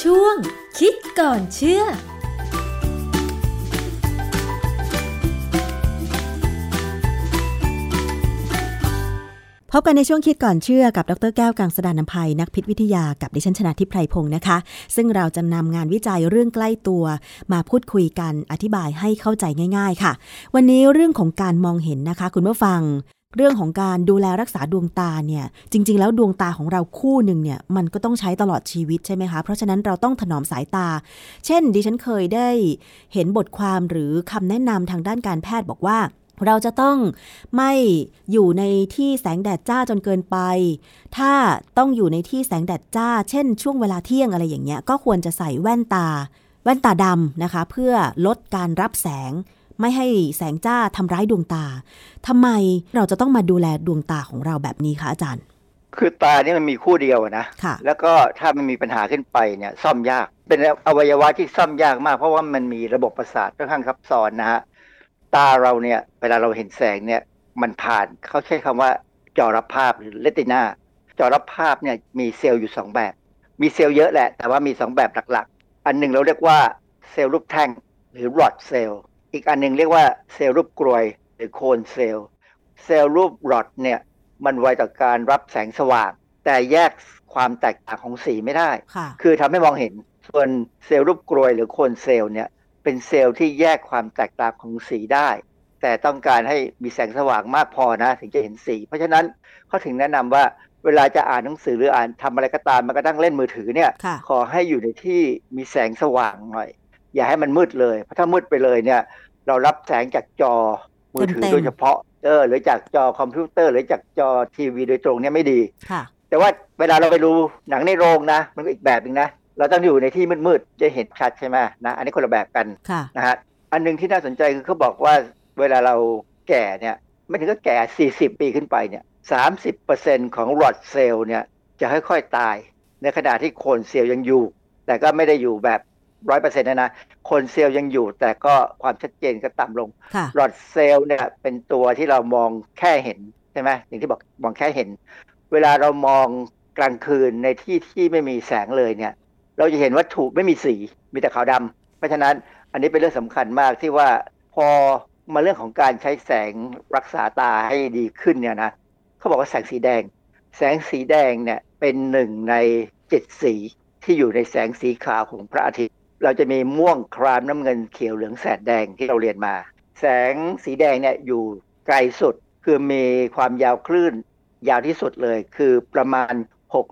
ช่วงคิดก่อนเชื่อพบกันในช่วงคิดก่อนเชื่อกับดร.แก้วกังสดาลอำไพนักพิษวิทยากับดิฉันชนาธิปไพรพงศ์นะคะซึ่งเราจะนำงานวิจัยเรื่องใกล้ตัวมาพูดคุยกันอธิบายให้เข้าใจง่ายๆค่ะวันนี้เรื่องของการมองเห็นนะคะคุณผู้ฟังเรื่องของการดูแลรักษาดวงตาเนี่ยจริงๆแล้วดวงตาของเราคู่หนึ่งเนี่ยมันก็ต้องใช้ตลอดชีวิตใช่ไหมคะเพราะฉะนั้นเราต้องถนอมสายตาเช่นดิฉันเคยได้เห็นบทความหรือคำแนะนำทางด้านการแพทย์บอกว่าเราจะต้องไม่อยู่ในที่แสงแดดจ้าจนเกินไปถ้าต้องอยู่ในที่แสงแดดจ้าเช่นช่วงเวลาเที่ยงอะไรอย่างเงี้ยก็ควรจะใส่แว่นตาดำนะคะเพื่อลดการรับแสงไม่ให้แสงจ้าทำร้ายดวงตาทำไมเราจะต้องมาดูแลดวงตาของเราแบบนี้คะอาจารย์คือตานี่มันมีคู่เดียวนะแล้วก็ถ้ามันมีปัญหาขึ้นไปเนี่ยซ่อมยากเป็นอวัยวะที่ซ่อมยากมากเพราะว่ามันมีระบบประสาทค่อนข้างซับซ้อนนะฮะตาเราเนี่ยเวลาเราเห็นแสงเนี่ยมันผ่านเขาใช้คำว่าจอรับภาพหรือเรตินาจอรับภาพเนี่ยมีเซลล์อยู่2แบบมีเซลล์เยอะแหละแต่ว่ามี2แบบหลักๆอันนึงเราเรียกว่าเซลล์รูปแท่งหรือ rod cell อีกอันนึงเรียกว่าเซลล์รูปกรวยหรือ cone cell เซลล์รูป rod เนี่ยมันไวต่อการรับแสงสว่างแต่แยกความแตกต่างของสีไม่ได้คือทำให้มองเห็นส่วนเซลล์รูปกรวยหรือ cone cell เนี่ยเป็นเซลล์ที่แยกความแตกต่างของสีได้แต่ต้องการให้มีแสงสว่างมากพอนะถึงจะเห็นสีเพราะฉะนั้นเขาถึงแนะนำว่าเวลาจะอ่านหนังสือหรืออ่านทำอะไรก็ตามมันก็ต้องเล่นมือถือเนี่ยขอให้อยู่ในที่มีแสงสว่างหน่อยอย่าให้มันมืดเลยเพราะถ้ามืดไปเลยเนี่ยเรารับแสงจากจอมือถือโดยเฉพาะหรือจากจอคอมพิวเตอร์หรือจากจอทีวีโดยตรงเนี่ยไม่ดีแต่ว่าเวลาเราไปดูหนังในโรงนะมันก็อีกแบบนึงนะเราต้องอยู่ในที่มืดๆจะเห็นชัดใช่ไหมนะอันนี้คนละแบบกันนะฮะอันนึงที่น่าสนใจคือเขาบอกว่าเวลาเราแก่เนี่ยไม่ถึงก็แก่40ปีขึ้นไปเนี่ย 30% ของรอดเซลล์เนี่ยจะค่อยๆตายในขณะที่โคนเซลล์ยังอยู่แต่ก็ไม่ได้อยู่แบบ 100% นะโคนเซลล์ยังอยู่แต่ก็ความชัดเจนก็ต่ำลงรอดเซลล์เนี่ยเป็นตัวที่เรามองแค่เห็นใช่ไหมอย่างที่บอกมองแค่เห็นเวลาเรามองกลางคืนในที่ที่ไม่มีแสงเลยเนี่ยเราจะเห็นวัตถุไม่มีสีมีแต่ขาวดำเพราะฉะนั้นอันนี้เป็นเรื่องสำคัญมากที่ว่าพอมาเรื่องของการใช้แสงรักษาตาให้ดีขึ้นเนี่ยนะเขาบอกว่าแสงสีแดงเนี่ยเป็น1 ใน 7 สีที่อยู่ในแสงสีขาวของพระอาทิตย์เราจะมีม่วงครามน้ำเงินเขียวเหลืองแสดแดงที่เราเรียนมาแสงสีแดงเนี่ยอยู่ไกลสุดคือมีความยาวคลื่นยาวที่สุดเลยคือประมาณ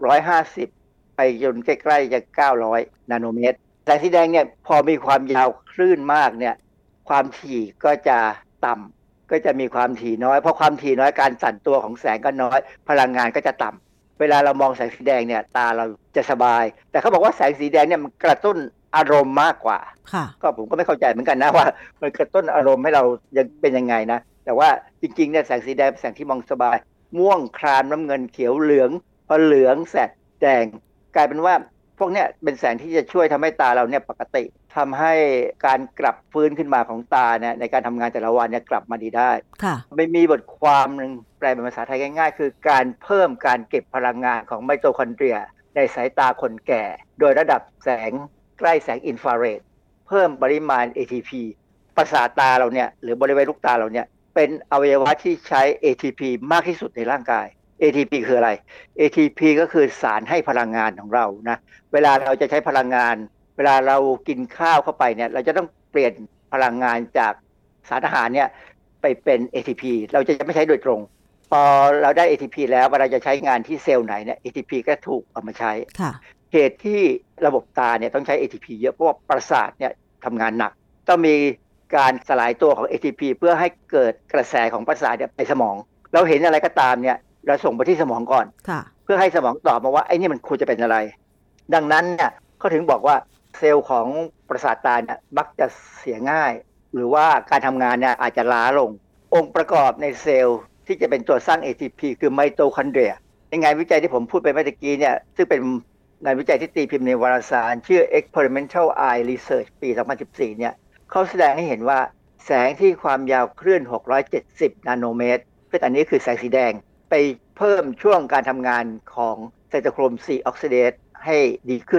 650ไปจนใกล้ๆจะ900นาโนเมตรแสงสีแดงเนี่ยพอมีความยาวคลื่นมากเนี่ยความถี่ก็จะต่ำก็จะมีความถี่น้อยเพราะความถี่น้อยการสั่นตัวของแสงก็น้อยพลังงานก็จะต่ำเวลาเรามองแสงสีแดงเนี่ยตาเราจะสบายแต่เขาบอกว่าแสงสีแดงเนี่ยมันกระตุ้นอารมณ์มากกว่าก็ผมก็ไม่เข้าใจเหมือนกันนะว่ามันกระตุ้นอารมณ์ให้เราเป็นยังไงนะแต่ว่าจริงๆเนี่ยแสงสีแดงเป็นแสงที่มองสบายม่วงครามน้ำเงินเขียวเหลืองพอเหลืองแสดแดงกลายเป็นว่าพวกเนี้ยเป็นแสงที่จะช่วยทำให้ตาเราเนี่ยปกติทำให้การกลับฟื้นขึ้นมาของตาเนี่ยในการทำงานแต่ละวันเนี่ยกลับมาดีได้ไม่มีบทความนึงแปลเป็นภาษาไทยง่ายๆคือการเพิ่มการเก็บพลังงานของไมโตคอนเดรียในสายตาคนแก่โดยระดับแสงใกล้แสงอินฟราเรดเพิ่มปริมาณ ATP ประสาทตาเราเนี่ยหรือบริเวณลูกตาเราเนี่ยเป็นอวัยวะที่ใช้ ATP มากที่สุดในร่างกาย ATP คืออะไร ATP ก็คือสารให้พลังงานของเรานะเวลาเราจะใช้พลังงานเวลาเรากินข้าวเข้าไปเนี่ยเราจะต้องเปลี่ยนพลังงานจากสารอาหารเนี่ยไปเป็น ATP เราจะไม่ใช้โดยตรงพอเราได้ ATP แล้วเวลาจะใช้งานที่เซลล์ไหนเนี่ย ATP ก็ถูกเอามาใช้เหตุที่ระบบตาเนี่ยต้องใช้ ATP เยอะเพราะว่าประสาทเนี่ยทำงานหนักต้องมีการสลายตัวของ ATP เพื่อให้เกิดกระแสของประสาทไปสมองเราเห็นอะไรก็ตามเนี่ยเราส่งไปที่สมองก่อนเพื่อให้สมองตอบมาว่าไอ้นี่มันควรจะเป็นอะไรดังนั้นเนี่ยเขาถึงบอกว่าเซลล์ของประสาทตาเนี่ยมักจะเสียง่ายหรือว่าการทำงานเนี่ยอาจจะล้าลงองค์ประกอบในเซลล์ที่จะเป็นตัวสร้าง ATP คือไมโตคอนเดรียในงานวิจัยที่ผมพูดไปเมื่อกี้เนี่ยซึ่งเป็นงานวิจัยที่ตีพิมพ์ในวารสารชื่อ Experimental Eye Research ปี 2014 เนี่ยเขาแสดงให้เห็นว่าแสงที่ความยาวคลื่น670นาโนเมตรซึ่งอันนี้คือแสงสีแดงไปเพิ่มช่วงการทำงานของไซโตโครม C ออกซิเดสให้ดีขึ้นไซ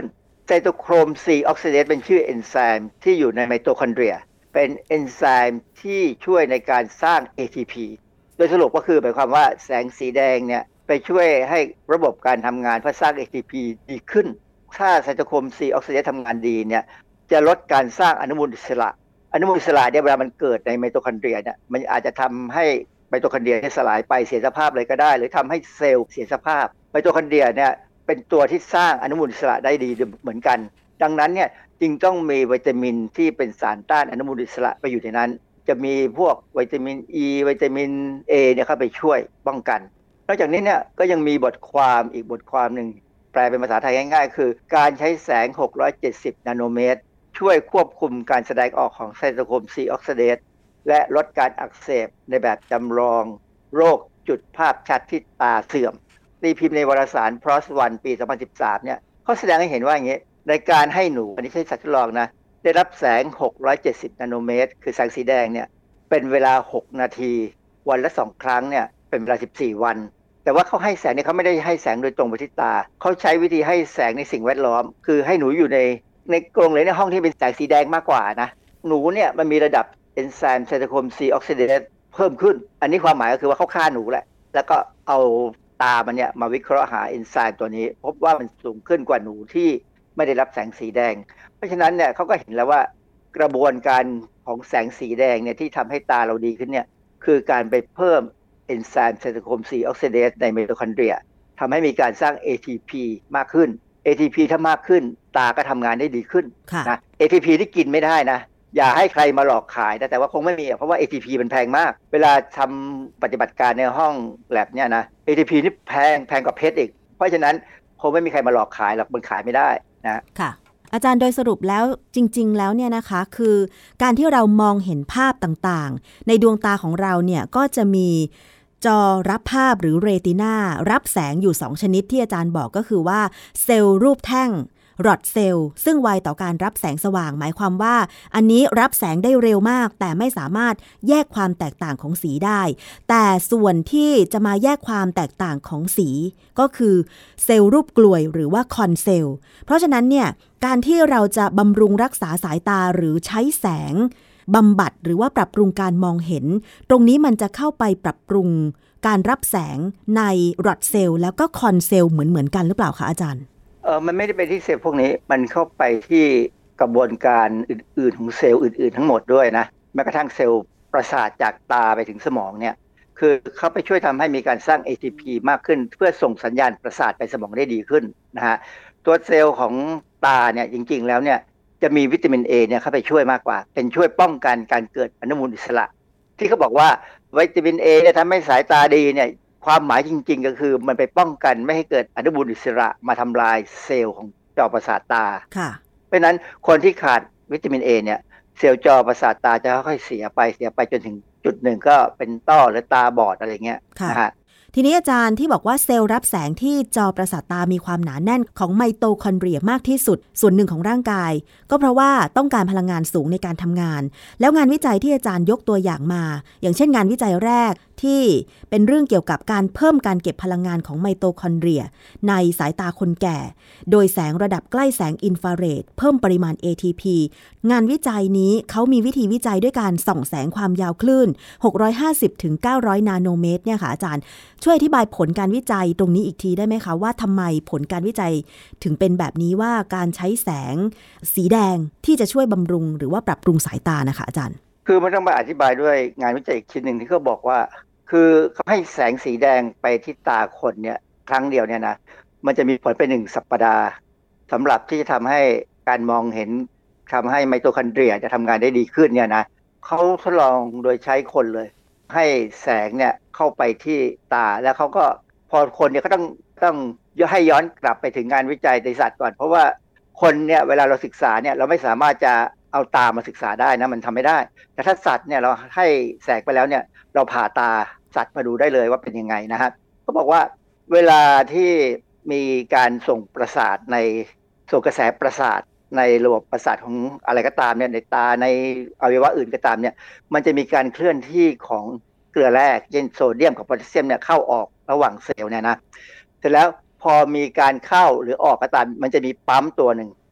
โตโครม C ออกซิเดสเป็นชื่อเอนไซม์ที่อยู่ในไมโตคอนเดรียเป็นเอนไซม์ที่ช่วยในการสร้าง ATP โดยสรุปก็คือหมายความว่าแสงสีแดงเนี่ยไปช่วยให้ระบบการทำงานเพื่อสร้าง ATP ดีขึ้นถ้าไซโตโครม C ออกซิเดสทำงานดีเนี่ยจะลดการสร้างอนุมูลอิสระเนี่ยเวลามันเกิดในไมโตคอนเดรียเนี่ยมันอาจจะทำให้ไมโตคอนเดรียสลายไปเสียสภาพเลยก็ได้หรือทำให้เซลล์เสียสภาพไมโตคอนเดรียเนี่ยเป็นตัวที่สร้างอนุมูลอิสระได้ดีเหมือนกันดังนั้นเนี่ยจึงต้องมีวิตามินที่เป็นสารต้านอนุมูลอิสระไปอยู่ในนั้นจะมีพวกวิตามิน E วิตามิน A เนี่ยเข้าไปช่วยป้องกันนอกจากนี้เนี่ยก็ยังมีบทความอีกบทความหนึ่งแปลเป็นภาษาไทยง่ายๆคือการใช้แสง670นาโนเมตรช่วยควบคุมการแสดงออกของไซโตโครม C ออกซิเดสและลดการอักเสบในแบบจำลองโรคจุดภาพชัดที่ตาเสื่อมตีพิมพ์ในวารสาร PLOS ONE ปี 2013 เนี่ยเขาแสดงให้เห็นว่าอย่างนี้ในการให้หนูอันนี้ใช้สัตว์ทดลองนะได้รับแสง670นาโนเมตรคือแสงสีแดงเนี่ยเป็นเวลา6นาทีวันละ2ครั้งเนี่ยเป็นเวลา14วันแต่ว่าเขาให้แสงเนี่ยเขาไม่ได้ให้แสงโดยตรงไปที่ตาเขาใช้วิธีให้แสงในสิ่งแวดล้อมคือให้หนูอยู่ในกรงเลยในห้องที่เป็นแสงสีแดงมากกว่านะหนูเนี่ยมันมีระดับเอนไซม์ไซโตโครม C ออกซิเดสเพิ่มขึ้นอันนี้ความหมายก็คือว่าเขาฆ่าหนูแหละแล้วก็เอาตามันเนี่ยมาวิเคราะห์หาเอนไซม์ตัวนี้พบว่ามันสูงขึ้นกว่าหนูที่ไม่ได้รับแสงสีแดงเพราะฉะนั้นเนี่ยเขาก็เห็นแล้วว่ากระบวนการของแสงสีแดงเนี่ยที่ทำให้ตาเราดีขึ้นเนี่ยคือการไปเพิ่มเอนไซม์ไซโตโครม C ออกซิเดสในไมโตคอนเดรียทำให้มีการสร้าง ATP มากขึ้น ATP ถ้ามากขึ้นตาก็ทำงานได้ดีขึ้นนะ ATP ที่กินไม่ได้นะอย่าให้ใครมาหลอกขายนะแต่ว่าคงไม่มีเพราะว่า ATP มันแพงมากเวลาทำปฏิบัติการในห้องแลบเนี่ยนะ ATP นี่แพงกว่าเพชรอีกเพราะฉะนั้นคงไม่มีใครมาหลอกขายหรอกมันขายไม่ได้นะค่ะอาจารย์โดยสรุปแล้วจริงๆแล้วเนี่ยนะคะคือการที่เรามองเห็นภาพต่างๆในดวงตาของเราเนี่ยก็จะมีจอรับภาพหรือเรตินารับแสงอยู่2ชนิดที่อาจารย์บอกก็คือว่าเซลล์รูปแท่งรอดเซลล์ซึ่งไวต่อการรับแสงสว่างหมายความว่าอันนี้รับแสงได้เร็วมากแต่ไม่สามารถแยกความแตกต่างของสีได้แต่ส่วนที่จะมาแยกความแตกต่างของสีก็คือเซลล์รูปกลวยหรือว่าคอนเซลล์เพราะฉะนั้นเนี่ยการที่เราจะบำรุงรักษาสายตาหรือใช้แสงบำบัดหรือว่าปรับปรุงการมองเห็นตรงนี้มันจะเข้าไปปรับปรุงการรับแสงในรอดเซลล์แล้วก็คอนเซลล์เหมือนกันหรือเปล่าคะอาจารย์มันไม่ได้ไปที่เซลล์พวกนี้มันเข้าไปที่กระบวนการอื่นๆของเซลล์อื่นๆทั้งหมดด้วยนะแม้กระทั่งเซลล์ประสาทจากตาไปถึงสมองเนี่ยคือเขาไปช่วยทำให้มีการสร้าง ATP มากขึ้นเพื่อส่งสัญญาณประสาทไปสมองได้ดีขึ้นนะฮะตัวเซลล์ของตาเนี่ยจริงๆแล้วเนี่ยจะมีวิตามิน A เนี่ยเข้าไปช่วยมากกว่าเป็นช่วยป้องกันการเกิดอนุมูลอิสระที่เขาบอกว่าวิตามิน A เนี่ยทำให้สายตาดีเนี่ยความหมายจริงๆก็คือมันไปป้องกันไม่ให้เกิดอนุมูลอิสระมาทำลายเซลล์ของจอประสาทตาเพราะฉะนั้นคนที่ขาดวิตามิน A เนี่ยเซลล์จอประสาทตาจะค่อยๆเสียไปจนถึงจุดหนึ่งก็เป็นต้อหรือตาบอดอะไรเงี้ยนะฮะทีนี้อาจารย์ที่บอกว่าเซลล์รับแสงที่จอประสาทตามีความหนาแน่นของไมโตคอนเดรียมากที่สุดส่วนหนึ่งของร่างกายก็เพราะว่าต้องการพลังงานสูงในการทำงานแล้วงานวิจัยที่อาจารย์ยกตัวอย่างมาอย่างเช่นงานวิจัยแรกที่เป็นเรื่องเกี่ยวกับการเพิ่มการเก็บพลังงานของไมโตคอนเดรียในสายตาคนแก่โดยแสงระดับใกล้แสงอินฟราเรดเพิ่มปริมาณ ATP งานวิจัยนี้เขามีวิธีวิจัยด้วยการส่องแสงความยาวคลื่น650ถึง900นาโนเมตรเนี่ยค่ะอาจารย์ช่วยอธิบายผลการวิจัยตรงนี้อีกทีได้ไหมคะว่าทำไมผลการวิจัยถึงเป็นแบบนี้ว่าการใช้แสงสีแดงที่จะช่วยบำรุงหรือว่าปรับปรุงสายตานะคะอาจารย์คือมันต้องมาอธิบายด้วยงานวิจัยอีกชิ้นหนึ่งที่เขาบอกว่าคือเขาให้แสงสีแดงไปที่ตาคนเนี่ยครั้งเดียวเนี่ยนะมันจะมีผลไป1สัปดาห์สำหรับที่จะทำให้การมองเห็นทำให้ไมโตคอนเดรียจะทำงานได้ดีขึ้นเนี่ยนะเขาทดลองโดยใช้คนเลยให้แสงเนี่ยเข้าไปที่ตาแล้วเขาก็พอคนเนี่ยก็ต้องให้ย้อนกลับไปถึงงานวิจัยในสัตว์ก่อนเพราะว่าคนเนี่ยเวลาเราศึกษาเนี่ยเราไม่สามารถจะเอาตามาศึกษาได้นะมันทำไม่ได้แต่ถ้าสัตว์เนี่ยเราให้แสงไปแล้วเนี่ยเราผ่าตาสัตว์มาดูได้เลยว่าเป็นยังไงนะฮะเขาบอกว่าเวลาที่มีการส่งประสาทในส่งกระแสประสาทในระบบประสาทของอะไรก็ตามเนี่ยในตาในอวัยวะอื่นก็ตามเนี่ยมันจะมีการเคลื่อนที่ของเกลือแร่เช่นโซเดียมกับโพแทสเซียมเนี่ยเข้าออกระหว่างเซลล์เนี่ยนะเสร็จแล้วพอมีการเข้าหรือออกก็ตามมันจะมีปั๊มตัวหนึ่ง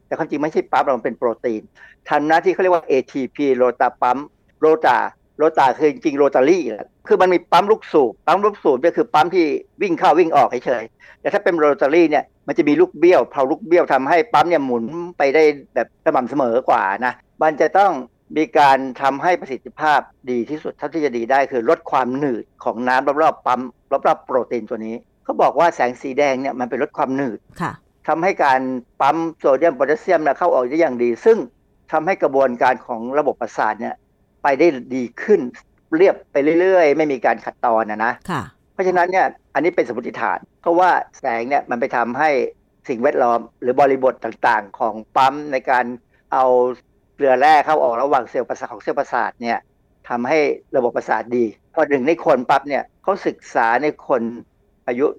แต่ความจริงไม่ใช่ปั๊มมันเป็นโปรตีนทำหน้าที่เขาเรียกว่า ATP โรตาปั๊มโรตาคือจริงๆโรตารี่คือมันมีปั๊มลูกสูบก็คือปั๊มที่วิ่งเข้าวิ่งออกเฉยๆแต่ถ้าเป็นโรตารี่เนี่ยมันจะมีลูกเบี้ยวเพราลูกเบี้ยวทำให้ปั๊มเนี่ยหมุนไปได้แบบสม่ำเสมอกว่านะมันจะต้องมีการทำให้ประสิทธิภาพดีที่สุดเท่าที่จะดีได้คือลดความหนืดของน้ำรอบๆปั๊มรอบๆโปรตีนตัวนี้เขาบอกว่าแสงสีแดงเนี่ยมันเป็นลดความหนืดทำให้การปั๊มโซเดียมโพแทสเซียมเข้าออกได้อย่างดีซึ่งทำให้กระบวนการของระบบประสาทเนี่ยไปได้ดีขึ้นเรียบไปเรื่อยๆไม่มีการขัดตอนนะเพราะฉะนั้นเนี่ยอันนี้เป็นสมมติฐานเพราะว่าแสงเนี่ยมันไปทำให้สิ่งแวดล้อมหรือบริบทต่างๆของปั๊มในการเอาเกลือแร่เข้าออกระหว่างเซลล์ประสาทของเซลล์ประสาทเนี่ยทำให้ระบบประสาทดีพอในคนปั๊บเนี่ยเขาศึกษาในคนอายุ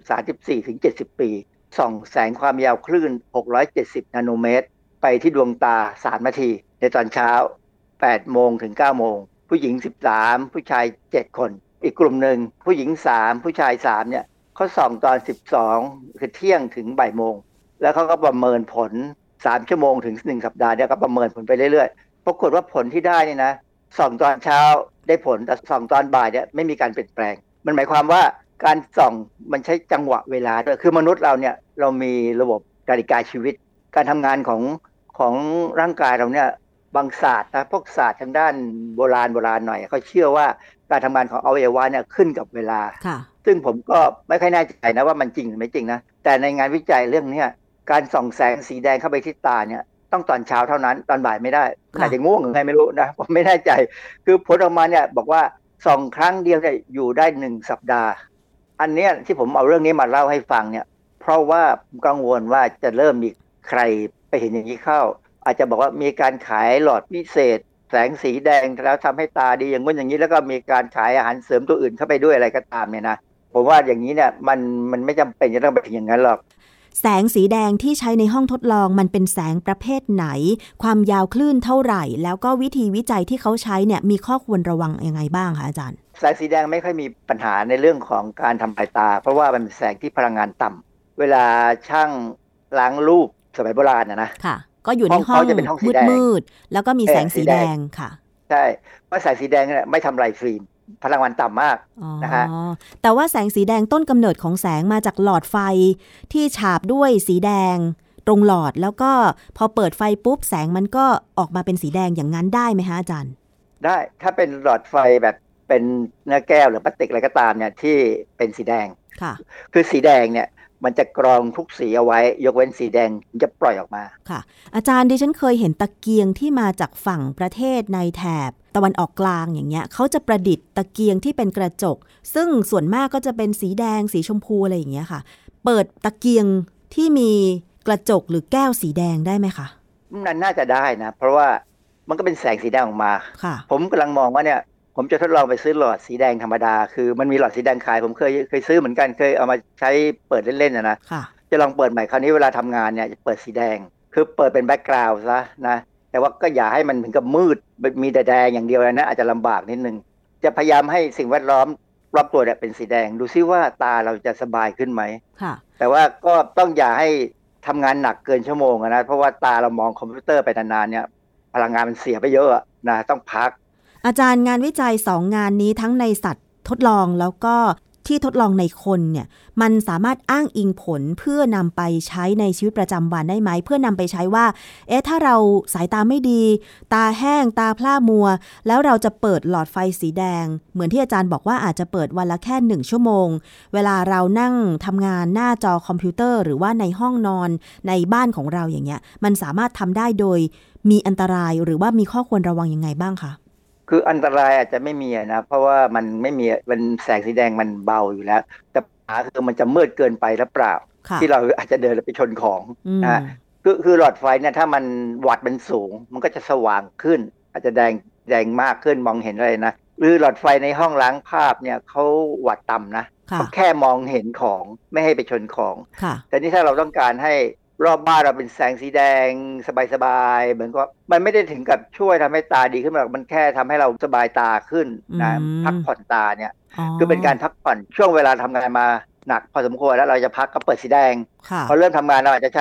34-70 ปีส่องแสงความยาวคลื่น670นาโนเมตรไปที่ดวงตา3นาทีในตอนเช้า8 โมงถึง 9 โมงผู้หญิง13ผู้ชาย7คนอีกกลุ่มหนึ่งผู้หญิง3ผู้ชาย3เนี่ยเขาส่องตอน12คือเที่ยงถึงบ่ายโมงแล้วเขาก็ประเมินผล3ชั่วโมงถึง1สัปดาห์เนี่ยก็ประเมินผลไปเรื่อยๆปรากฏว่าผลที่ได้นี่นะส่องตอนเช้าได้ผลแต่ส่องตอนบ่ายเนี่ยไม่มีการเปลี่ยนแปลงมันหมายความว่าการส่องมันใช้จังหวะเวลาด้วยคือมนุษย์เราเนี่ยเรามีระบบนาฬิกาชีวิตการทำงานของร่างกายเราเนี่ยบางศาสตร์นะพวกศาสตร์ทางด้านโบราณหน่อยเขาเชื่อว่าการทำงานของอวัยวะเนี่ยขึ้นกับเวลาซึ่งผมก็ไม่ค่อยแน่ใจนะว่ามันจริงหรือไม่จริงนะแต่ในงานวิจัยเรื่องนี้การส่องแสงสีแดงเข้าไปที่ตาเนี่ยต้องตอนเช้าเท่านั้นตอนบ่ายไม่ได้อาจจะง่วงหรือไงไม่รู้นะผมไม่แน่ใจคือผลออกมาเนี่ยบอกว่าส่องครั้งเดียวเนี่ยอยู่ได้1สัปดาห์อันนี้ที่ผมเอาเรื่องนี้มาเล่าให้ฟังเนี่ยเพราะว่าผมกังวลว่าจะเริ่มมีใครไปเห็นอย่างนี้เข้าอาจจะบอกว่ามีการขายหลอดพิเศษแสงสีแดงแล้วทำให้ตาดีอย่างนู้นอย่างนี้แล้วก็มีการขายอาหารเสริมตัวอื่นเข้าไปด้วยอะไรก็ตามเนี่ยนะผมว่าอย่างนี้เนี่ยมันไม่จำเป็นจะต้องไปถึงอย่างนั้นหรอกแสงสีแดงที่ใช้ในห้องทดลองมันเป็นแสงประเภทไหนความยาวคลื่นเท่าไหร่แล้วก็วิธีวิจัยที่เขาใช้เนี่ยมีข้อควรระวังยังไงบ้างคะอาจารย์แสงสีแดงไม่ค่อยมีปัญหาในเรื่องของการทำลายตาเพราะว่ามันเป็นแสงที่พลังงานต่ำเวลาช่างล้างรูปสมัยโบราณนะค่ะก็อยู่ในห้องมืดๆแล้วก็มีแสงสีแดงค่ะใช่เพราะแสงสีแดงเนี่ยไม่ทำลายฟิล์มพลังงานต่ำมากนะฮะแต่ว่าแสงสีแดงต้นกำเนิดของแสงมาจากหลอดไฟที่ฉาบด้วยสีแดงตรงหลอดแล้วก็พอเปิดไฟปุ๊บแสงมันก็ออกมาเป็นสีแดงอย่างนั้นได้ไหมฮะอาจารย์ได้ถ้าเป็นหลอดไฟแบบเป็นเนื้อแก้วหรือพลาสติกอะไรก็ตามเนี่ยที่เป็นสีแดงค่ะคือสีแดงเนี่ยมันจะกรองทุกสีเอาไว้ยกเว้นสีแดงจะปล่อยออกมาค่ะอาจารย์ดิฉันเคยเห็นตะเกียงที่มาจากฝั่งประเทศในแถบตะวันออกกลางอย่างเงี้ยเขาจะประดิษฐ์ตะเกียงที่เป็นกระจกซึ่งส่วนมากก็จะเป็นสีแดงสีชมพูอะไรอย่างเงี้ยค่ะเปิดตะเกียงที่มีกระจกหรือแก้วสีแดงได้ไหมคะนั่นน่าจะได้นะเพราะว่ามันก็เป็นแสงสีแดงออกมาผมกำลังมองว่าเนี่ยผมจะทดลองไปซื้อหลอดสีแดงธรรมดาคือมันมีหลอดสีแดงขายผมเคยซื้อเหมือนกันเคยเอามาใช้เปิดเล่นๆนะจะลองเปิดใหม่คราวนี้เวลาทำงานเนี่ยจะเปิดสีแดงคือเปิดเป็นแบ็คกราวด์ซะนะแต่ว่าก็อย่าให้มันถึงกับมืดมีแต่แดงอย่างเดียวนะอาจจะลำบากนิดนึงจะพยายามให้สิ่งแวดล้อมรอบตัวเนี่ยเป็นสีแดงดูซิว่าตาเราจะสบายขึ้นไหมแต่ว่าก็ต้องอย่าให้ทำงานหนักเกินชั่วโมงนะเพราะว่าตาเรามองคอมพิวเตอร์ไปนานๆเนี่ยพลังงานมันเสียไปเยอะนะต้องพักอาจารย์งานวิจัย2 งานนี้ทั้งในสัตว์ทดลองแล้วก็ที่ทดลองในคนเนี่ยมันสามารถอ้างอิงผลเพื่อนำไปใช้ในชีวิตประจำวันได้ไหมเพื่อนำไปใช้ว่าถ้าเราสายตาไม่ดีตาแห้งตาพร่ามัวแล้วเราจะเปิดหลอดไฟสีแดงเหมือนที่อาจารย์บอกว่าอาจจะเปิดวันละแค่1 ชั่วโมงเวลาเรานั่งทำงานหน้าจอคอมพิวเตอร์หรือว่าในห้องนอนในบ้านของเราอย่างเงี้ยมันสามารถทำได้โดยมีอันตรายหรือว่ามีข้อควรระวังยังไงบ้างคะคืออันตรายอาจจะไม่มีนะเพราะว่ามันไม่มีมันแสงสีแดงมันเบาอยู่แล้วแต่ปัญหาคือมันจะมืดเกินไปหรือเปล่าที่เราอาจจะเดินไปชนของนะคือหลอดไฟเนี่ยถ้ามันวัตต์มันสูงมันก็จะสว่างขึ้นอาจจะแดงมากขึ้นมองเห็นอะไรนะหรือหลอดไฟในห้องล้างภาพเนี่ยเขาวัตต์ต่ำนะเขาแค่มองเห็นของไม่ให้ไปชนของแต่นี่ถ้าเราต้องการให้รอบบ้านเราเป็นแสงสีแดงสบายๆเหมือนก็มันไม่ได้ถึงกับช่วยทำให้ตาดีขึ้นหรอกมันแค่ทำให้เราสบายตาขึ้นนะพักผ่อนตาเนี่ยคือเป็นการพักผ่อนช่วงเวลาทำงานมาหนักพอสมควรแล้วเราจะพักก็เปิดสีแดงพอเริ่มทำงานเราอาจจะใช้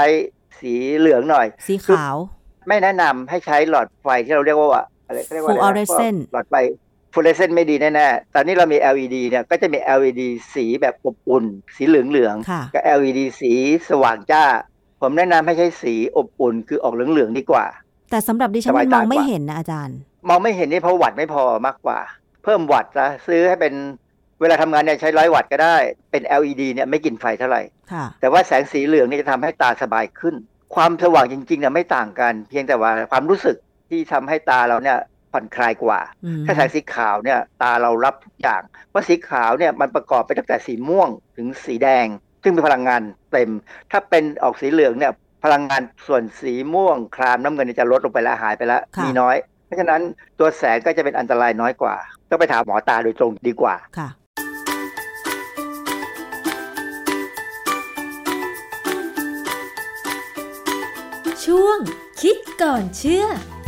สีเหลืองหน่อยสีขาวไม่แนะนำให้ใช้หลอดไฟที่เราเรียกว่าอะไรเรียกว่า fluorescent หลอดไฟ fluorescent ไม่ดีแน่ๆตอนนี้เรามี LED เนี่ยก็จะมี LED สีแบบอบอุ่นสีเหลืองๆกับ LED สีสว่างจ้าผมแนะนำให้ใช้สีอบอุ่นคือออกเหลืองๆดีกว่าแต่สำหรับดิฉันมองไม่เห็นนะอาจารย์มองไม่เห็นนี่เพราะวัตต์ไม่พอมากกว่าเพิ่มวัตต์นะซื้อให้เป็นเวลาทำงานเนี่ยใช้100 วัตต์ก็ได้เป็น LED เนี่ยไม่กินไฟเท่าไหร่แต่ว่าแสงสีเหลืองนี่จะทำให้ตาสบายขึ้นความสว่างจริงๆเนี่ยไม่ต่างกันเพียงแต่ว่าความรู้สึกที่ทำให้ตาเราเนี่ยผ่อนคลายกว่าถ้าแสงสีขาวเนี่ยตาเรารับทุกอย่างเพราะสีขาวเนี่ยมันประกอบไปตั้งแต่สีม่วงถึงสีแดงซึ่งมีพลังงานเต็มถ้าเป็นออกสีเหลืองเนี่ยพลังงานส่วนสีม่วงครามน้ำเงินจะลดลงไปแล้วหายไปแล้วมีน้อยเพราะฉะนั้นตัวแสงก็จะเป็นอันตรายน้อยกว่าก็ไปถามหมอตาโดยตรงดีกว่าค่ะช่วงคิดก่อนเชื่อ